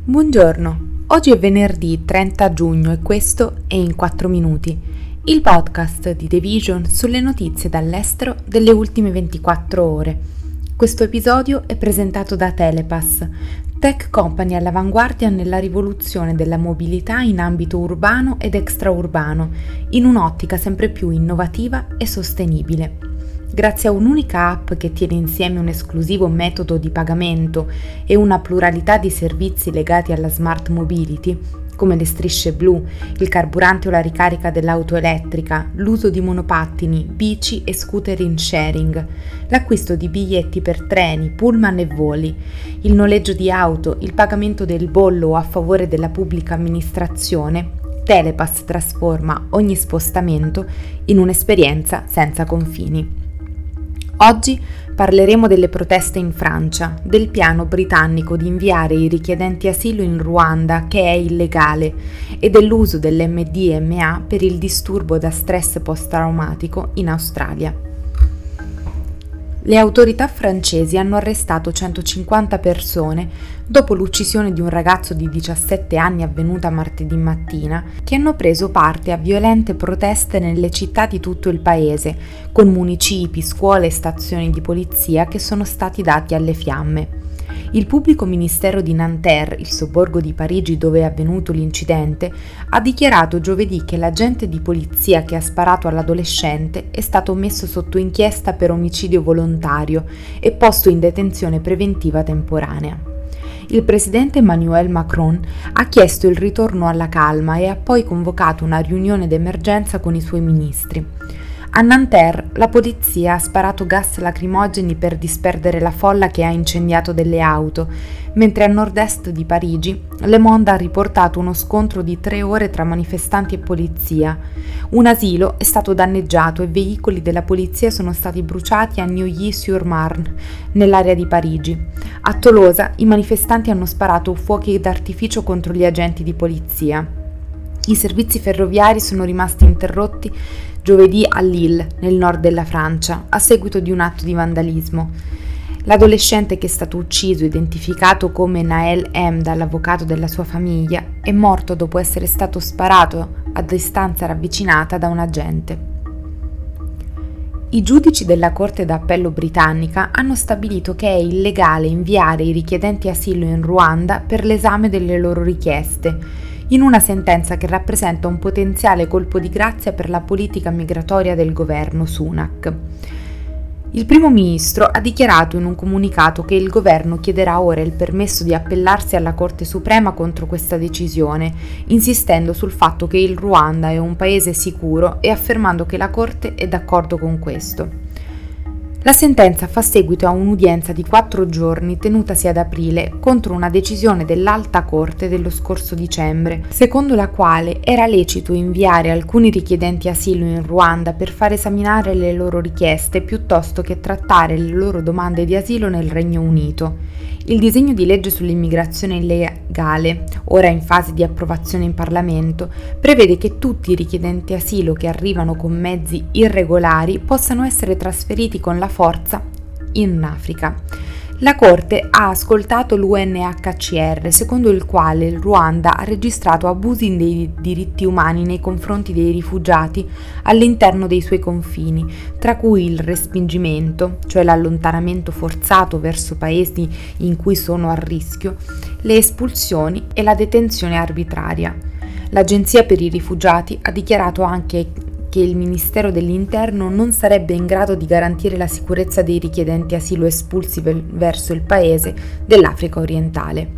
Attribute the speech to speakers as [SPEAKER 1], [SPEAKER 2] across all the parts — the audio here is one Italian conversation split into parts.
[SPEAKER 1] Buongiorno, oggi è venerdì 30 giugno e questo è In 4 Minuti, il podcast di The Vision sulle notizie dall'estero delle ultime 24 ore. Questo episodio è presentato da Telepass, tech company all'avanguardia nella rivoluzione della mobilità in ambito urbano ed extraurbano, in un'ottica sempre più innovativa e sostenibile. Grazie a un'unica app che tiene insieme un esclusivo metodo di pagamento e una pluralità di servizi legati alla smart mobility, come le strisce blu, il carburante o la ricarica dell'auto elettrica, l'uso di monopattini, bici e scooter in sharing, l'acquisto di biglietti per treni, pullman e voli, il noleggio di auto, il pagamento del bollo a favore della pubblica amministrazione, Telepass trasforma ogni spostamento in un'esperienza senza confini. Oggi parleremo delle proteste in Francia, del piano britannico di inviare i richiedenti asilo in Ruanda, che è illegale, e dell'uso dell'MDMA per il disturbo da stress post-traumatico in Australia. Le autorità francesi hanno arrestato 150 persone dopo l'uccisione di un ragazzo di 17 anni avvenuta martedì mattina, che hanno preso parte a violente proteste nelle città di tutto il paese, con municipi, scuole e stazioni di polizia che sono stati dati alle fiamme. Il pubblico ministero di Nanterre, il sobborgo di Parigi dove è avvenuto l'incidente, ha dichiarato giovedì che l'agente di polizia che ha sparato all'adolescente è stato messo sotto inchiesta per omicidio volontario e posto in detenzione preventiva temporanea. Il presidente Emmanuel Macron ha chiesto il ritorno alla calma e ha poi convocato una riunione d'emergenza con i suoi ministri. A Nanterre la polizia ha sparato gas lacrimogeni per disperdere la folla che ha incendiato delle auto, mentre a nord-est di Parigi Le Monde ha riportato uno scontro di 3 ore tra manifestanti e polizia. Un asilo è stato danneggiato e veicoli della polizia sono stati bruciati a Neuilly-sur-Marne, nell'area di Parigi. A Tolosa i manifestanti hanno sparato fuochi d'artificio contro gli agenti di polizia. I servizi ferroviari sono rimasti interrotti giovedì a Lille, nel nord della Francia, a seguito di un atto di vandalismo. L'adolescente che è stato ucciso, identificato come Nael M dall'avvocato della sua famiglia, è morto dopo essere stato sparato a distanza ravvicinata da un agente. I giudici della Corte d'Appello britannica hanno stabilito che è illegale inviare i richiedenti asilo in Ruanda per l'esame delle loro richieste, in una sentenza che rappresenta un potenziale colpo di grazia per la politica migratoria del governo Sunak. Il primo ministro ha dichiarato in un comunicato che il governo chiederà ora il permesso di appellarsi alla Corte Suprema contro questa decisione, insistendo sul fatto che il Ruanda è un paese sicuro e affermando che la Corte è d'accordo con questo. La sentenza fa seguito a un'udienza di 4 giorni tenutasi ad aprile contro una decisione dell'Alta Corte dello scorso dicembre, secondo la quale era lecito inviare alcuni richiedenti asilo in Ruanda per far esaminare le loro richieste piuttosto che trattare le loro domande di asilo nel Regno Unito. Il disegno di legge sull'immigrazione illegale, ora in fase di approvazione in Parlamento, prevede che tutti i richiedenti asilo che arrivano con mezzi irregolari possano essere trasferiti con la forza in Africa. La Corte ha ascoltato l'UNHCR, secondo il quale il Ruanda ha registrato abusi dei diritti umani nei confronti dei rifugiati all'interno dei suoi confini, tra cui il respingimento, cioè l'allontanamento forzato verso paesi in cui sono a rischio, le espulsioni e la detenzione arbitraria. L'Agenzia per i rifugiati ha dichiarato anche che il Ministero dell'Interno non sarebbe in grado di garantire la sicurezza dei richiedenti asilo espulsi verso il paese dell'Africa orientale.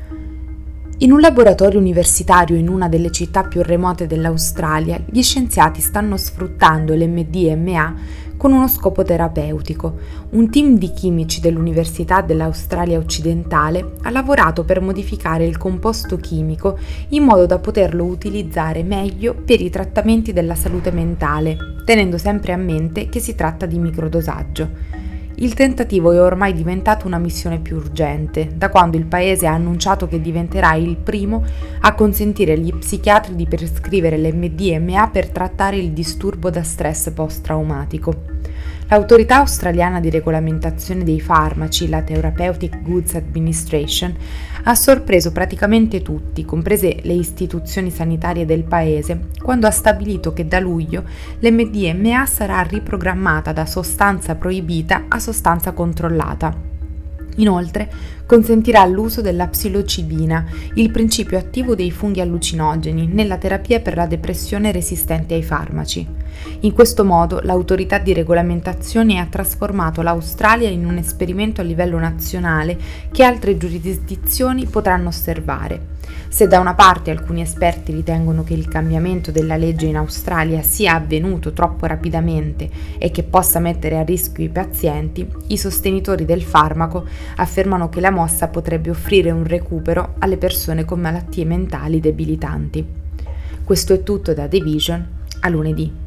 [SPEAKER 1] In un laboratorio universitario in una delle città più remote dell'Australia, gli scienziati stanno sfruttando l'MDMA con uno scopo terapeutico. Un team di chimici dell'Università dell'Australia Occidentale ha lavorato per modificare il composto chimico in modo da poterlo utilizzare meglio per i trattamenti della salute mentale, tenendo sempre a mente che si tratta di microdosaggio. Il tentativo è ormai diventato una missione più urgente, da quando il paese ha annunciato che diventerà il primo a consentire agli psichiatri di prescrivere l'MDMA per trattare il disturbo da stress post-traumatico. L'autorità australiana di regolamentazione dei farmaci, la Therapeutic Goods Administration, ha sorpreso praticamente tutti, comprese le istituzioni sanitarie del paese, quando ha stabilito che da luglio l'MDMA sarà riprogrammata da sostanza proibita a sostanza controllata. Inoltre, consentirà l'uso della psilocibina, il principio attivo dei funghi allucinogeni, nella terapia per la depressione resistente ai farmaci. In questo modo, l'autorità di regolamentazione ha trasformato l'Australia in un esperimento a livello nazionale che altre giurisdizioni potranno osservare. Se da una parte alcuni esperti ritengono che il cambiamento della legge in Australia sia avvenuto troppo rapidamente e che possa mettere a rischio i pazienti, i sostenitori del farmaco affermano che la mossa potrebbe offrire un recupero alle persone con malattie mentali debilitanti. Questo è tutto da The Vision, a lunedì.